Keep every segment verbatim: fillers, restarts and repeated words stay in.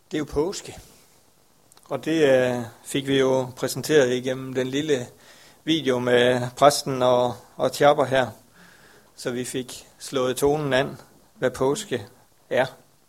Det er jo påske, og det uh, fik vi jo præsenteret igennem den lille video med præsten og, og Tjapper her, så vi fik slået tonen an, hvad påske er.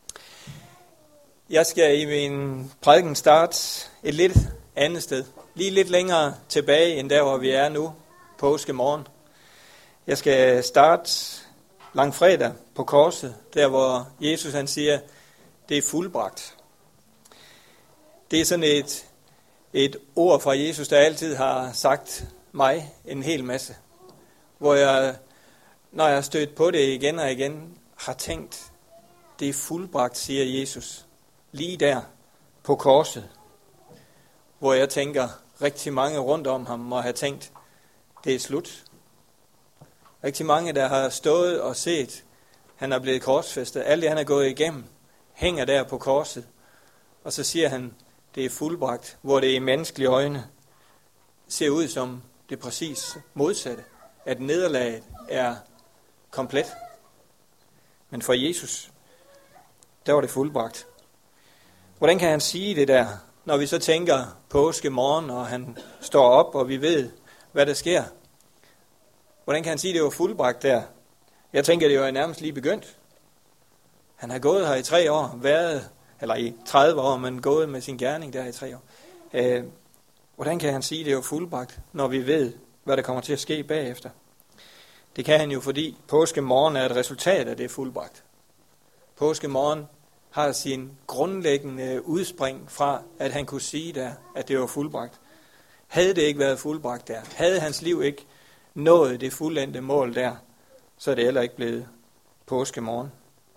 Jeg skal i min prædiken starte et lidt andet sted, lige lidt længere tilbage end der, hvor vi er nu, påskemorgen. Jeg skal starte langfredag på korset, der hvor Jesus han siger, det er fuldbragt. Det er sådan et, et ord fra Jesus, der altid har sagt mig en hel masse. Hvor jeg, når jeg har stødt på det igen og igen, har tænkt, det er fuldbragt, siger Jesus. Lige der på korset. Hvor jeg tænker, rigtig mange rundt om ham må have tænkt, det er slut. Rigtig mange, der har stået og set, han er blevet korsfæstet. Alt det, han er gået igennem, hænger der på korset. Og så siger han, det er fuldbragt, hvor det i menneskelige øjne ser ud som det præcis modsatte. At nederlaget er komplet. Men for Jesus, der var det fuldbragt. Hvordan kan han sige det der, når vi så tænker påske morgen, og han står op, og vi ved, hvad der sker? Hvordan kan han sige, det var fuldbragt der? Jeg tænker, det var nærmest lige begyndt. Han har gået her i tre år, været, eller i tredive år, men gået med sin gerning der i tre år. Øh, hvordan kan han sige, det var fuldbragt, når vi ved, hvad der kommer til at ske bagefter? Det kan han jo, fordi påskemorgen er et resultat af det fuldbragt. Påskemorgen har sin grundlæggende udspring fra, at han kunne sige der, at det var fuldbragt. Havde det ikke været fuldbragt der, havde hans liv ikke nået det fuldendte mål der, så er det heller ikke blevet påskemorgen.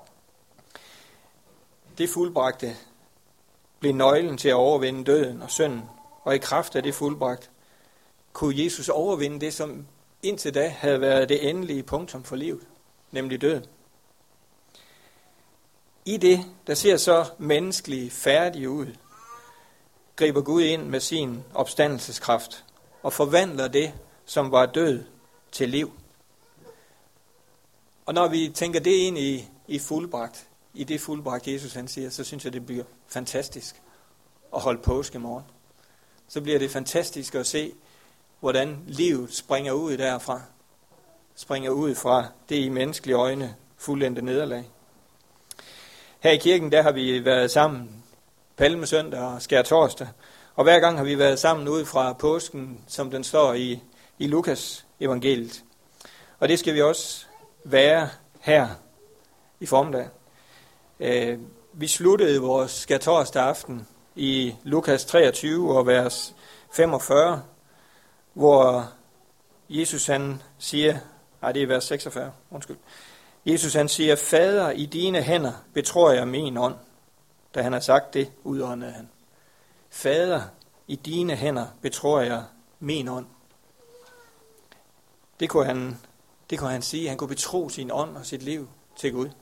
Det fuldbragte blev nøglen til at overvinde døden og synden, og i kraft af det fuldbragt kunne Jesus overvinde det, som indtil da havde været det endelige punktum for livet, nemlig døden. I det, der ser så menneskeligt færdig ud, griber Gud ind med sin opstandelseskraft og forvandler det, som var død, til liv. Og når vi tænker det ind i, i fuldbragt, i det fuldbragt Jesus han siger, så synes jeg, det bliver fantastisk at holde påskemorgen. Så bliver det fantastisk at se, hvordan livet springer ud derfra. Springer ud fra det i menneskelige øjne fuldendte nederlag. Her i kirken, der har vi været sammen palmesøndag og skærtorsdag. Og hver gang har vi været sammen ud fra påsken, som den står i, i Lukas evangeliet. Og det skal vi også være her i formiddag. Øh, vi sluttede vores skærtorsdag aften i Lukas treogtyve og vers femogfyrre, hvor Jesus han siger, nej det er vers seksogfyrre, undskyld. Jesus han siger, Fader, i dine hænder betror jeg min ånd. Da han har sagt det, udåndede han. Fader, i dine hænder betror jeg min ånd. Det kunne han, det kunne han sige. Han kunne betro sin ånd og sit liv til Gud.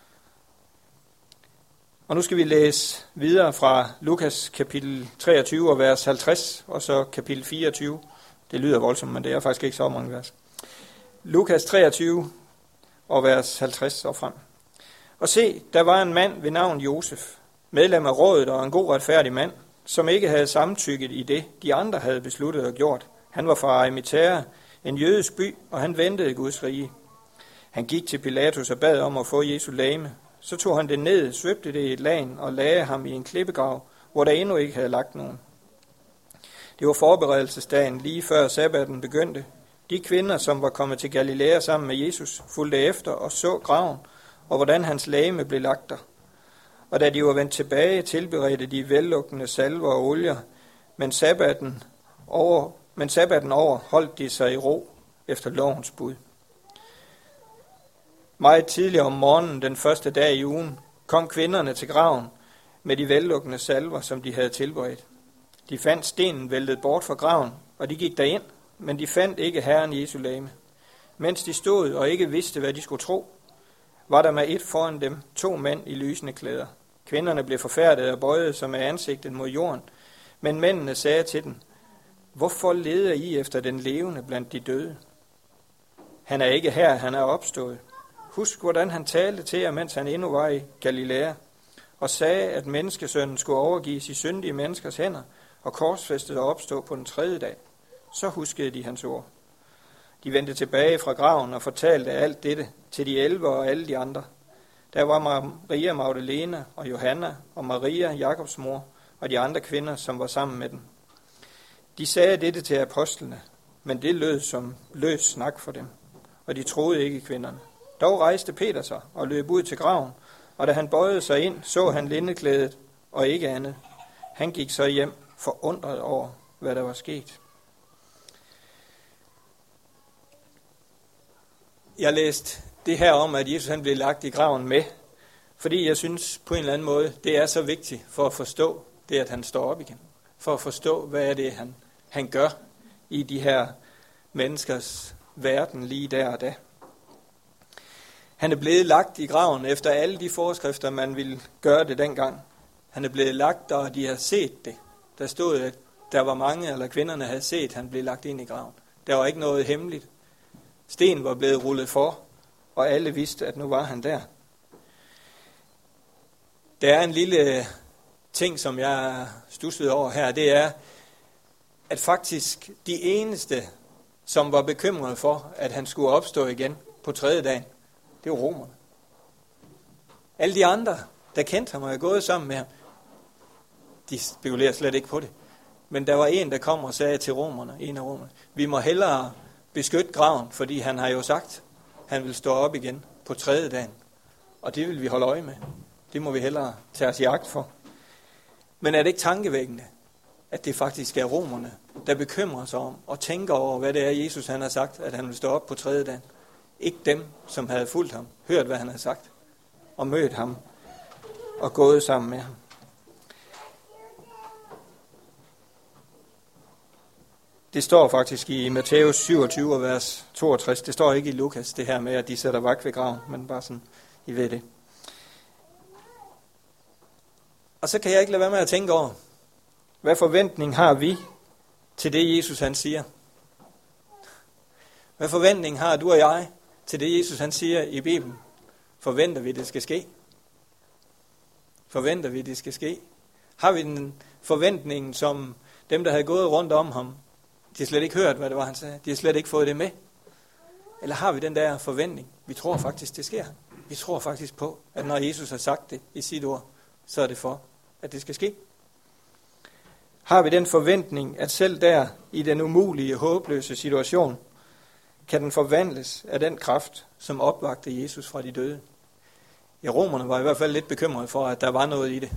Og nu skal vi læse videre fra Lukas kapitel treogtyve og vers halvtreds, og så kapitel fireogtyve. Det lyder voldsomt, men det er faktisk ikke så mange vers. Lukas treogtyve og vers halvtreds og frem. Og se, der var en mand ved navn Josef, medlem af rådet og en god retfærdig mand, som ikke havde samtykket i det, de andre havde besluttet og gjort. Han var fra Arimathæa, en jødisk by, og han ventede Guds rige. Han gik til Pilatus og bad om at få Jesu legeme. Så tog han det ned, svøbte det i et lagen og lagde ham i en klippegrav, hvor der endnu ikke havde lagt nogen. Det var forberedelsesdagen lige før sabbaten begyndte. De kvinder, som var kommet til Galilea sammen med Jesus, fulgte efter og så graven, og hvordan hans legeme blev lagt der. Og da de var vendt tilbage, tilberedte de vellugtende salver og olier, men sabbaten over, men sabbaten over holdt de sig i ro efter lovens bud. Meget tidligere om morgenen den første dag i ugen kom kvinderne til graven med de vellugtende salver, som de havde tilberedt. De fandt stenen væltet bort fra graven, og de gik derind, men de fandt ikke Herren Jesu legeme. Mens de stod og ikke vidste, hvad de skulle tro, var der med et foran dem to mænd i lysende klæder. Kvinderne blev forfærdede og bøjede sig med ansigtet mod jorden, men mændene sagde til dem, hvorfor leder I efter den levende blandt de døde? Han er ikke her, han er opstået. Husk, hvordan han talte til jer, mens han endnu var i Galilea, og sagde, at menneskesønnen skulle overgives i syndige menneskers hænder og korsfæstet og opstå på den tredje dag. Så huskede de hans ord. De vendte tilbage fra graven og fortalte alt dette til de elve og alle de andre. Der var Maria Magdalene og Johanna og Maria, Jakobs mor, og de andre kvinder, som var sammen med dem. De sagde dette til apostlene, men det lød som løs snak for dem, og de troede ikke kvinderne. Dog rejste Peter sig og løb ud til graven, og da han bøjede sig ind, så han lindeklædet og ikke andet. Han gik så hjem forundret over, hvad der var sket. Jeg læste det her om, at Jesus han blev lagt i graven med, fordi jeg synes på en eller anden måde, det er så vigtigt for at forstå det, at han står op igen. For at forstå, hvad er det, han, han gør i de her menneskers verden lige der og da. Han er blevet lagt i graven efter alle de forskrifter, man ville gøre det dengang. Han er blevet lagt, og de har set det. Der stod, at der var mange, eller kvinderne havde set, at han blev lagt ind i graven. Der var ikke noget hemmeligt. Sten var blevet rullet for, og alle vidste, at nu var han der. Der er en lille ting, som jeg studsede over her, det er, at faktisk de eneste, som var bekymrede for, at han skulle opstå igen på tredje dagen, det var romerne. Alle de andre, der kendte ham og er gået sammen med ham, de spekulerer slet ikke på det. Men der var en, der kom og sagde til romerne, en af romerne, vi må hellere beskytte graven, fordi han har jo sagt, han vil stå op igen på tredje dagen. Og det vil vi holde øje med. Det må vi hellere tage os i agt for. Men er det ikke tankevækkende, at det faktisk er romerne, der bekymrer sig om og tænker over, hvad det er, Jesus han har sagt, at han vil stå op på tredje dagen. Ikke dem, som havde fulgt ham, hørt, hvad han havde sagt, og mødt ham og gået sammen med ham. Det står faktisk i Matthæus syvogtyve, vers toogtres. Det står ikke i Lukas, det her med, at de sætter vagt ved graven, men bare sådan, I ved det. Og så kan jeg ikke lade være med at tænke over, hvad forventning har vi til det, Jesus han siger? Hvad forventning har du og jeg til det, Jesus han siger i Bibelen? Forventer vi, det skal ske? Forventer vi, det skal ske? Har vi den forventning, som dem, der havde gået rundt om ham, de har slet ikke hørt, hvad det var, han sagde. De har slet ikke fået det med. Eller har vi den der forventning? Vi tror faktisk, det sker. Vi tror faktisk på, at når Jesus har sagt det i sit ord, så er det for, at det skal ske. Har vi den forventning, at selv der i den umulige, håbløse situation, kan den forvandles af den kraft, som opvagte Jesus fra de døde? Ja, romerne var i hvert fald lidt bekymrede for, at der var noget i det.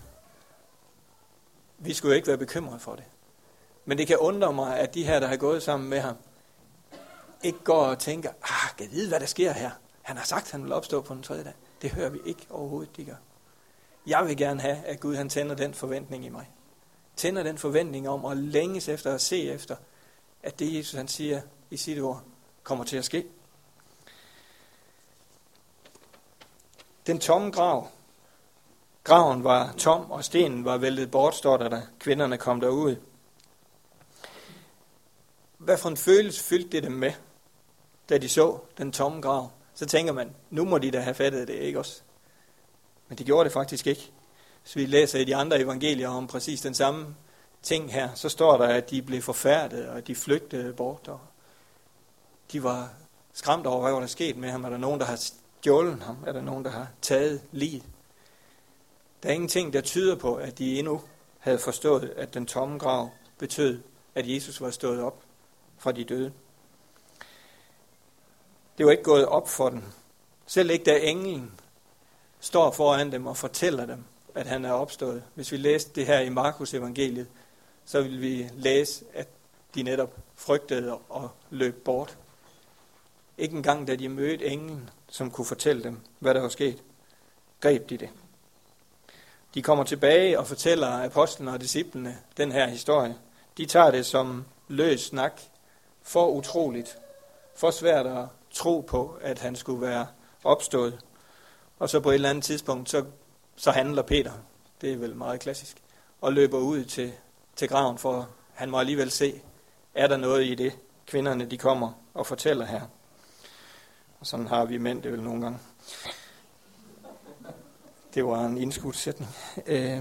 Vi skulle jo ikke være bekymrede for det. Men det kan undre mig, at de her, der har gået sammen med ham, ikke går og tænker, ah, kan jeg vide, hvad der sker her? Han har sagt, at han vil opstå på den tredje dag. Det hører vi ikke overhovedet, de gør. Jeg vil gerne have, at Gud han tænder den forventning i mig. Tænder den forventning om at længes efter og se efter, at det Jesus han siger i sit ord, kommer til at ske. Den tomme grav. Graven var tom, og stenen var væltet bort, står der, da kvinderne kom derud. Hvad for en følelse fyldte det dem med, da de så den tomme grav? Så tænker man, nu må de da have fattet det, ikke også? Men de gjorde det faktisk ikke. Hvis vi læser i de andre evangelier om præcis den samme ting her, så står der, at de blev forfærdet, og de flygtede bort. Og de var skræmt over, hvad var der sket med ham. Er der nogen, der har stjålet ham? Er der nogen, der har taget livet? Der er ingenting, der tyder på, at de endnu havde forstået, at den tomme grav betød, at Jesus var stået op fra de døde. Det var ikke gået op for dem. Selv ikke da englen står foran dem og fortæller dem, at han er opstået. Hvis vi læste det her i Markus evangeliet, så vil vi læse, at de netop frygtede og løb bort. Ikke engang da de mødte englen, som kunne fortælle dem, hvad der var sket, greb de det. De kommer tilbage og fortæller apostlene og disciplene den her historie. De tager det som løs snak, for utroligt, for svært at tro på, at han skulle være opstået. Og så på et eller andet tidspunkt, så, så handler Peter, det er vel meget klassisk, og løber ud til, til graven, for han må alligevel se, er der noget i det, kvinderne de kommer og fortæller her. Og sådan har vi mænd det vel nogle gange. Det var en indskudsætning. Øh,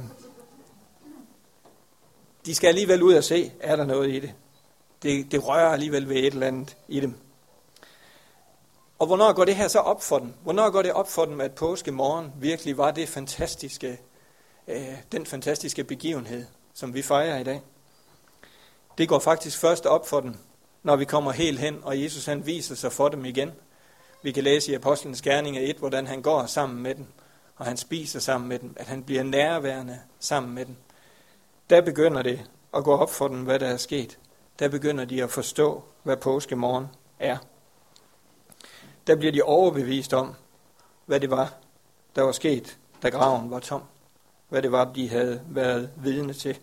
de skal alligevel ud og se, er der noget i det. det. Det rører alligevel ved et eller andet i dem. Og hvornår går det her så op for dem? Hvornår går det op for dem, at påskemorgen virkelig var det fantastiske, øh, den fantastiske begivenhed, som vi fejrer i dag? Det går faktisk først op for dem, når vi kommer helt hen, og Jesus han viser sig for dem igen. Vi kan læse i Apostlenes Gerninger et, hvordan han går sammen med dem, og han spiser sammen med dem, at han bliver nærværende sammen med dem. Der begynder det at gå op for dem, hvad der er sket. Der begynder de at forstå, hvad påskemorgen er. Der bliver de overbevist om, hvad det var, der var sket, da graven var tom. Hvad det var, de havde været vidne til.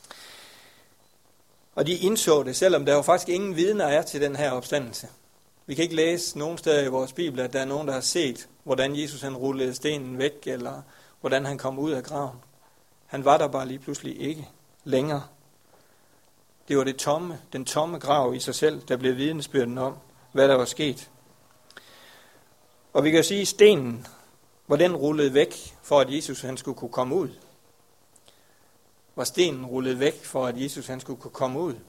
Og de indså det, selvom der jo faktisk ingen vidner er til den her opstandelse. Vi kan ikke læse nogen steder i vores bibel, at der er nogen, der har set, hvordan Jesus han rullede stenen væk, eller hvordan han kom ud af graven. Han var der bare lige pludselig ikke længere. Det var det tomme, den tomme grav i sig selv, der blev vidnesbyrden om, hvad der var sket. Og vi kan sige, at stenen, hvor den rullede væk, for at Jesus han skulle kunne komme ud. Var stenen rullet væk, for at Jesus han skulle kunne komme ud?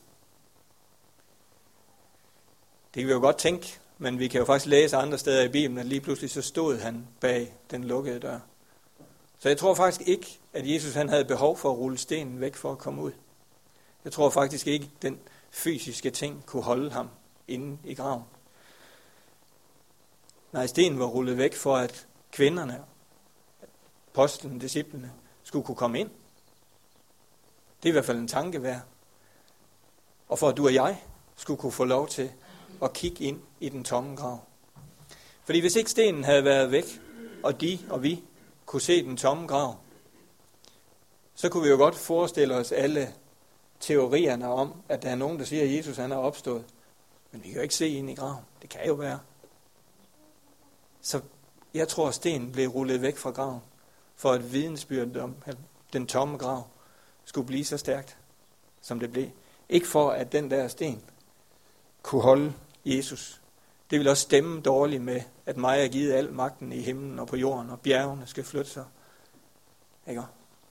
Det kan vi jo godt tænke, men vi kan jo faktisk læse andre steder i Bibelen, at lige pludselig så stod han bag den lukkede dør. Så jeg tror faktisk ikke, at Jesus han havde behov for at rulle stenen væk for at komme ud. Jeg tror faktisk ikke, at den fysiske ting kunne holde ham inde i graven. Nej, stenen var rullet væk for, at kvinderne, apostlen, disciplene, skulle kunne komme ind. Det er i hvert fald en tanke værd. Og for at du og jeg skulle kunne få lov til at kigge ind i den tomme grav. Fordi hvis ikke stenen havde været væk, og de og vi kunne se den tomme grav, så kunne vi jo godt forestille os alle teorierne om, at der er nogen, der siger, at Jesus han er opstået. Men vi kan jo ikke se ind i graven. Det kan jo være. Så jeg tror, at stenen blev rullet væk fra graven, for at vidnesbyrdet om den tomme grav skulle blive så stærkt, som det blev. Ikke for, at den der sten kunne holde Jesus. Det vil også stemme dårligt med, at mig er givet al magten i himlen og på jorden, og bjergene skal flytte sig. Ikke?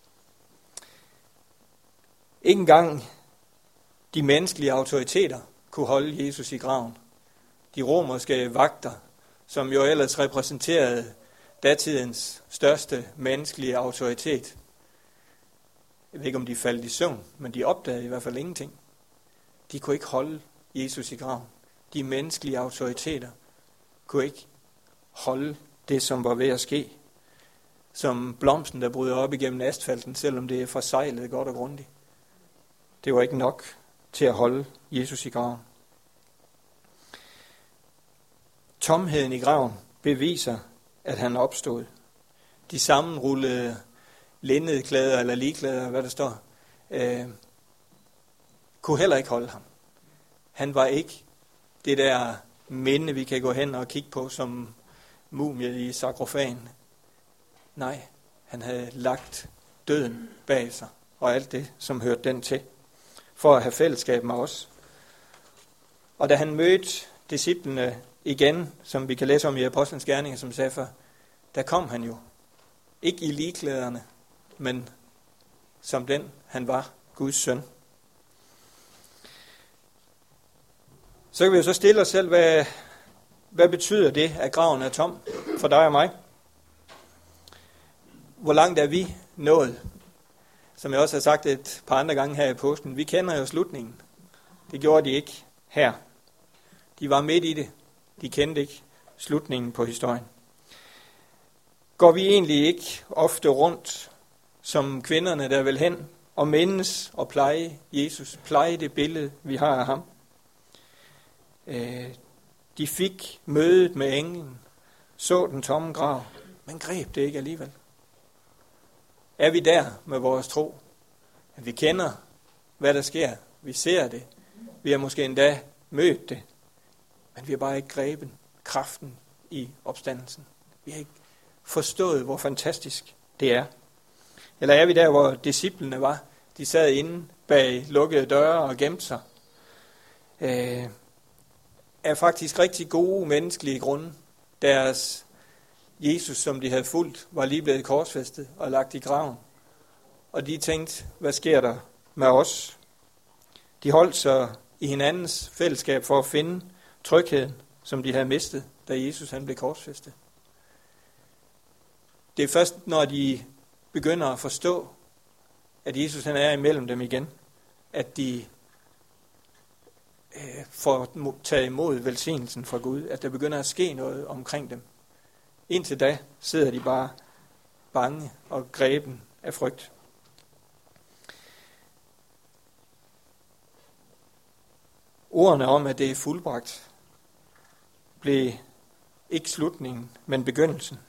Ikke engang de menneskelige autoriteter kunne holde Jesus i graven. De romerske vagter, som jo ellers repræsenterede datidens største menneskelige autoritet. Jeg ved ikke, om de faldt i søvn, men de opdagede i hvert fald ingenting. De kunne ikke holde Jesus i graven. De menneskelige autoriteter kunne ikke holde det, som var ved at ske. Som blomsten, der bryder op igennem asfalten, selvom det er forsejlet godt og grundigt. Det var ikke nok til at holde Jesus i graven. Tomheden i graven beviser, at han opstod. De sammenrullede linnedklæder eller ligklæder, hvad der står, øh, kunne heller ikke holde ham. Han var ikke det der minde, vi kan gå hen og kigge på som mumie i sarkofagen. Nej, han havde lagt døden bag sig, og alt det, som hørte den til, for at have fællesskab med os. Og da han mødte disciplene igen, som vi kan læse om i Apostlenes Gerninger, som sagde før, der kom han jo. Ikke i ligklæderne, men som den, han var, Guds søn. Så kan vi jo så stille os selv, hvad, hvad betyder det, at graven er tom for dig og mig? Hvor langt er vi nået? Som jeg også har sagt et par andre gange her i påsken, vi kender jo slutningen. Det gjorde de ikke her. De var midt i det. De kendte ikke slutningen på historien. Går vi egentlig ikke ofte rundt som kvinderne, der vil hen og mindes og pleje Jesus, pleje det billede, vi har af ham? De fik mødet med englen, så den tomme grav, men greb det ikke alligevel. Er vi der med vores tro? At vi kender, hvad der sker. Vi ser det. Vi har måske endda mødt det. Men vi har bare ikke grebet kraften i opstandelsen. Vi har ikke forstået, hvor fantastisk det er. Eller er vi der, hvor disciplene var? De sad inde bag lukkede døre og gemte sig. Øh, er faktisk rigtig gode menneskelige grunde. Deres Jesus, som de havde fulgt, var lige blevet korsfæstet og lagt i graven. Og de tænkte, hvad sker der med os? De holdt sig i hinandens fællesskab for at finde trygheden, som de havde mistet, da Jesus han blev korsfæstet. Det er først, når de begynder at forstå, at Jesus han er imellem dem igen, at de øh, får taget imod velsignelsen fra Gud, at der begynder at ske noget omkring dem. Indtil da sidder de bare bange og greben af frygt. Ordene om, at det er fuldbragt, blev ikke slutningen, men begyndelsen.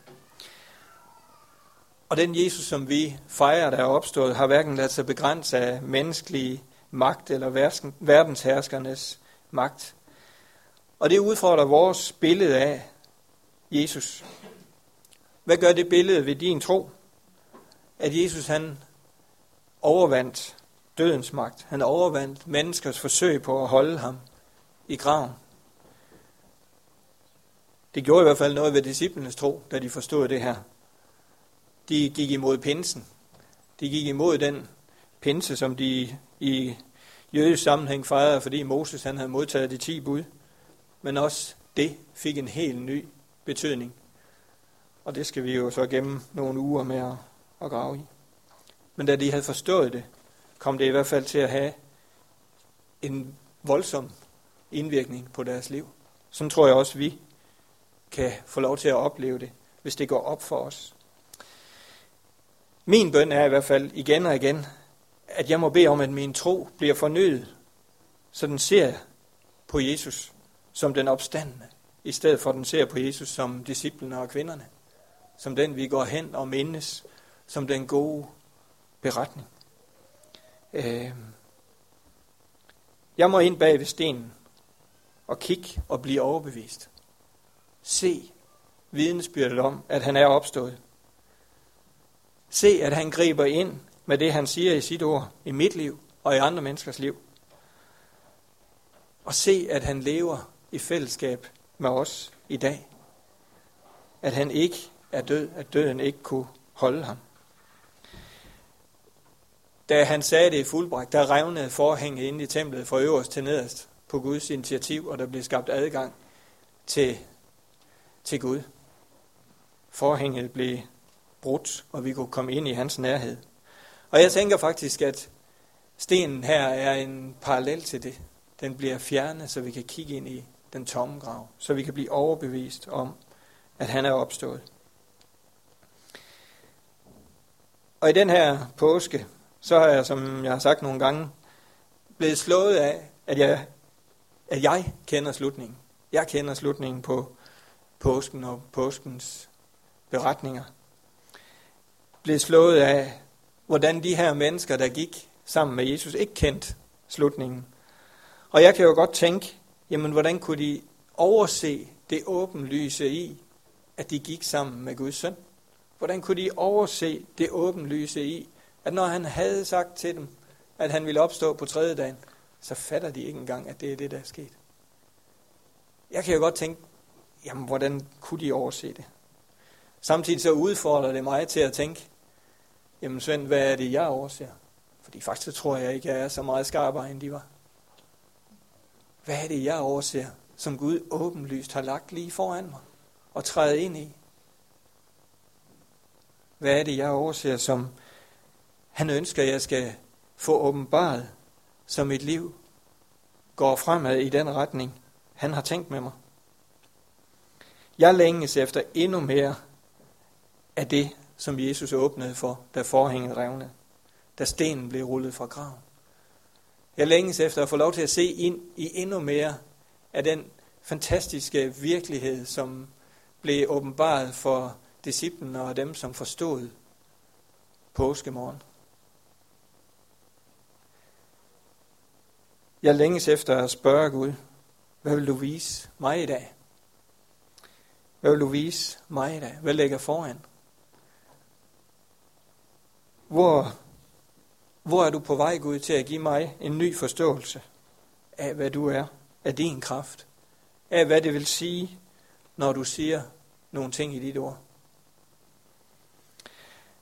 Og den Jesus, som vi fejrer, der er opstået, har hverken ladet sig begrænse af menneskelig magt eller verdensherskernes magt. Og det udfordrer vores billede af Jesus. Hvad gør det billede ved din tro? At Jesus han overvandt dødens magt. Han overvandt menneskers forsøg på at holde ham i graven. Det gjorde i hvert fald noget ved disciplenes tro, da de forstod det her. De gik imod pinsen. De gik imod den pinse, som de i jødisk sammenhæng fejrede, fordi Moses han havde modtaget de ti bud. Men også det fik en helt ny betydning. Og det skal vi jo så gennem nogle uger med at, at grave i. Men da de havde forstået det, kom det i hvert fald til at have en voldsom indvirkning på deres liv. Sådan tror jeg også, vi kan få lov til at opleve det, hvis det går op for os. Min bøn er i hvert fald igen og igen, at jeg må bede om, at min tro bliver fornyet, så den ser på Jesus som den opstandne, i stedet for at den ser på Jesus som disciplene og kvinderne, som den vi går hen og mindes, som den gode beretning. Jeg må ind bag ved stenen og kigge og blive overbevist. Se vidnesbyrdet om, at han er opstået. Se, at han griber ind med det, han siger i sit ord, i mit liv og i andre menneskers liv. Og se, at han lever i fællesskab med os i dag. At han ikke er død, at døden ikke kunne holde ham. Da han sagde det i fuldbragt, der revnede forhænget inde i templet fra øverst til nederst på Guds initiativ, og der blev skabt adgang til, til Gud. Forhænget blev brudt, og vi kunne komme ind i hans nærhed. Og jeg tænker faktisk, at stenen her er en parallel til det. Den bliver fjernet, så vi kan kigge ind i den tomme grav, så vi kan blive overbevist om, at han er opstået. Og i den her påske, så har jeg, som jeg har sagt nogle gange, blevet slået af, at jeg, at jeg kender slutningen. Jeg kender slutningen på påsken og påskens beretninger. Blevet slået af, hvordan de her mennesker, der gik sammen med Jesus, ikke kendte slutningen. Og jeg kan jo godt tænke, jamen hvordan kunne de overse det åbenlyse i, at de gik sammen med Guds søn? Hvordan kunne de overse det åbenlyse i, at når han havde sagt til dem, at han ville opstå på tredje dagen, så fatter de ikke engang, at det er det, der er sket. Jeg kan jo godt tænke, jamen hvordan kunne de overse det? Samtidig så udfordrer det mig til at tænke, jamen Svend, hvad er det, jeg overser? Fordi faktisk tror jeg ikke, jeg er så meget skarpere, end de var. Hvad er det, jeg overser, som Gud åbenlyst har lagt lige foran mig og træder ind i? Hvad er det, jeg overser, som han ønsker, jeg skal få åbenbaret, så mit liv går fremad i den retning, han har tænkt med mig? Jeg længes efter endnu mere af det, som Jesus åbnede for, da forhænget revnede, da stenen blev rullet fra graven. Jeg længes efter at få lov til at se ind i endnu mere af den fantastiske virkelighed, som blev åbenbaret for disciplene og dem, som forstod påskemorgen. Jeg længes efter at spørge Gud, hvad vil du vise mig i dag? Hvad vil du vise mig i dag? Hvad ligger foran? Hvor, hvor er du på vej, Gud, til at give mig en ny forståelse af, hvad du er, af din kraft, af hvad det vil sige, når du siger nogle ting i dit ord?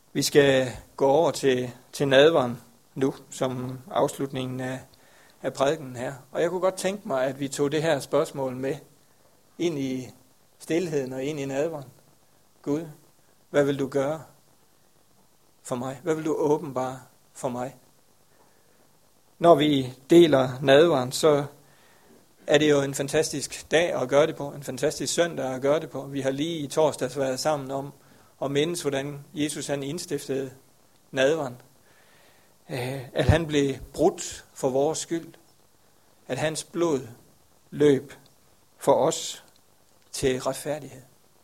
Vi skal gå over til, til nadveren nu, som afslutningen af, af prædiken her. Og jeg kunne godt tænke mig, at vi tog det her spørgsmål med ind i stilheden og ind i nadveren. Gud, hvad vil du gøre for mig? Hvad vil du åbenbare for mig? Når vi deler nadveren, så er det jo en fantastisk dag at gøre det på. En fantastisk søndag at gøre det på. Vi har lige i torsdags været sammen om at mindes, hvordan Jesus han indstiftede nadveren. At han blev brudt for vores skyld. At hans blod løb for os til retfærdighed.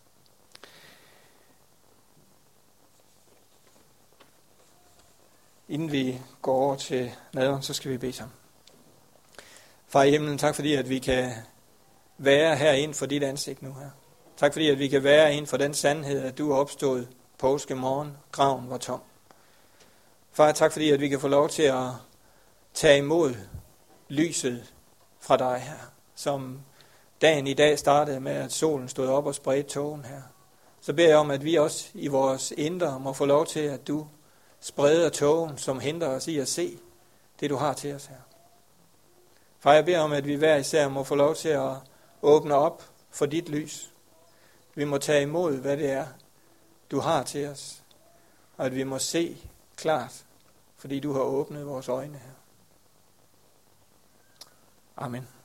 Inden vi går over til nadveren, så skal vi bede sammen. Far i himlen, tak fordi, at vi kan være her inden for dit ansigt nu her. Tak fordi, at vi kan være inden for den sandhed, at du er opstået påskemorgen, graven var tom. Far, tak fordi, at vi kan få lov til at tage imod lyset fra dig her, som dagen i dag startede med, at solen stod op og spredte tågen her. Så beder jeg om, at vi også i vores indre må få lov til, at du spreder tågen, som hindrer os i at se det, du har til os her. Far, jeg beder om, at vi hver især må få lov til at åbne op for dit lys. Vi må tage imod, hvad det er, du har til os. Og at vi må se klart, fordi du har åbnet vores øjne her. Amen.